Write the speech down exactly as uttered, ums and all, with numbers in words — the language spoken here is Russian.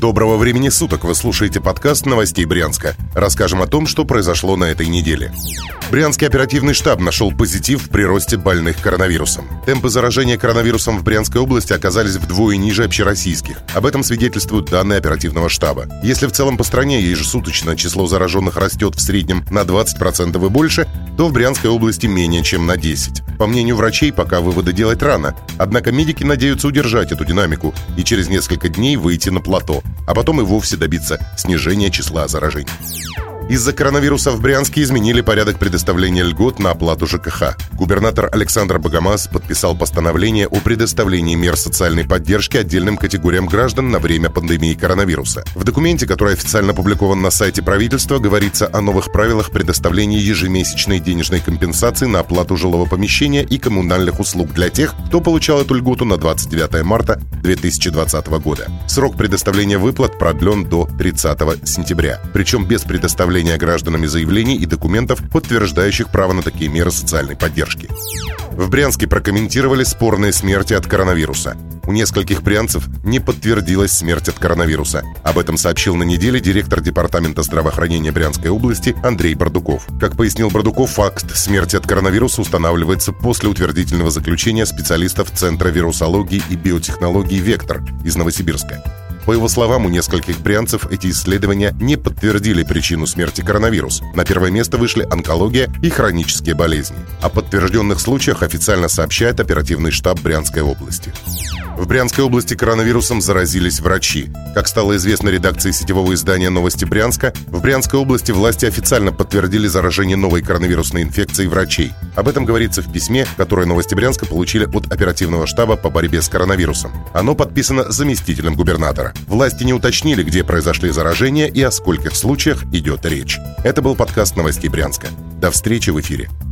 Доброго времени суток! Вы слушаете подкаст новостей Брянска. Расскажем о том, что произошло на этой неделе. Брянский оперативный штаб нашел позитив в приросте больных коронавирусом. Темпы заражения коронавирусом в Брянской области оказались вдвое ниже общероссийских. Об этом свидетельствуют данные оперативного штаба. Если в целом по стране ежесуточно число зараженных растет в среднем на двадцать процентов и больше, то в Брянской области менее чем на десять процентов. По мнению врачей, пока выводы делать рано. Однако медики надеются удержать эту динамику и через несколько дней выйти на плато, а потом и вовсе добиться снижения числа заражений. Из-за коронавируса в Брянске изменили порядок предоставления льгот на оплату ЖКХ. Губернатор Александр Богомаз подписал постановление о предоставлении мер социальной поддержки отдельным категориям граждан на время пандемии коронавируса. В документе, который официально опубликован на сайте правительства, говорится о новых правилах предоставления ежемесячной денежной компенсации на оплату жилого помещения и коммунальных услуг для тех, кто получал эту льготу на двадцать девятое марта две тысячи двадцатого года. Срок предоставления выплат продлен до тридцатого сентября, причем без предоставления гражданами заявлений и документов, подтверждающих право на такие меры социальной поддержки. В Брянске прокомментировали спорные смерти от коронавируса. У нескольких брянцев не подтвердилась смерть от коронавируса. Об этом сообщил на неделе директор департамента здравоохранения Брянской области Андрей Бардуков. Как пояснил Бардуков, факт смерти от коронавируса устанавливается после утвердительного заключения специалистов Центра вирусологии и биотехнологий «Вектор» из Новосибирска. По его словам, у нескольких брянцев эти исследования не подтвердили причину смерти коронавирус. На первое место вышли онкология и хронические болезни. О подтвержденных случаях официально сообщает оперативный штаб Брянской области. В Брянской области коронавирусом заразились врачи. Как стало известно редакции сетевого издания «Новости Брянска», в Брянской области власти официально подтвердили заражение новой коронавирусной инфекцией врачей. Об этом говорится в письме, которое «Новости Брянска» получили от оперативного штаба по борьбе с коронавирусом. Оно подписано заместителем губернатора. Власти не уточнили, где произошли заражения и о скольких случаях идет речь. Это был подкаст «Новостей Брянска». До встречи в эфире.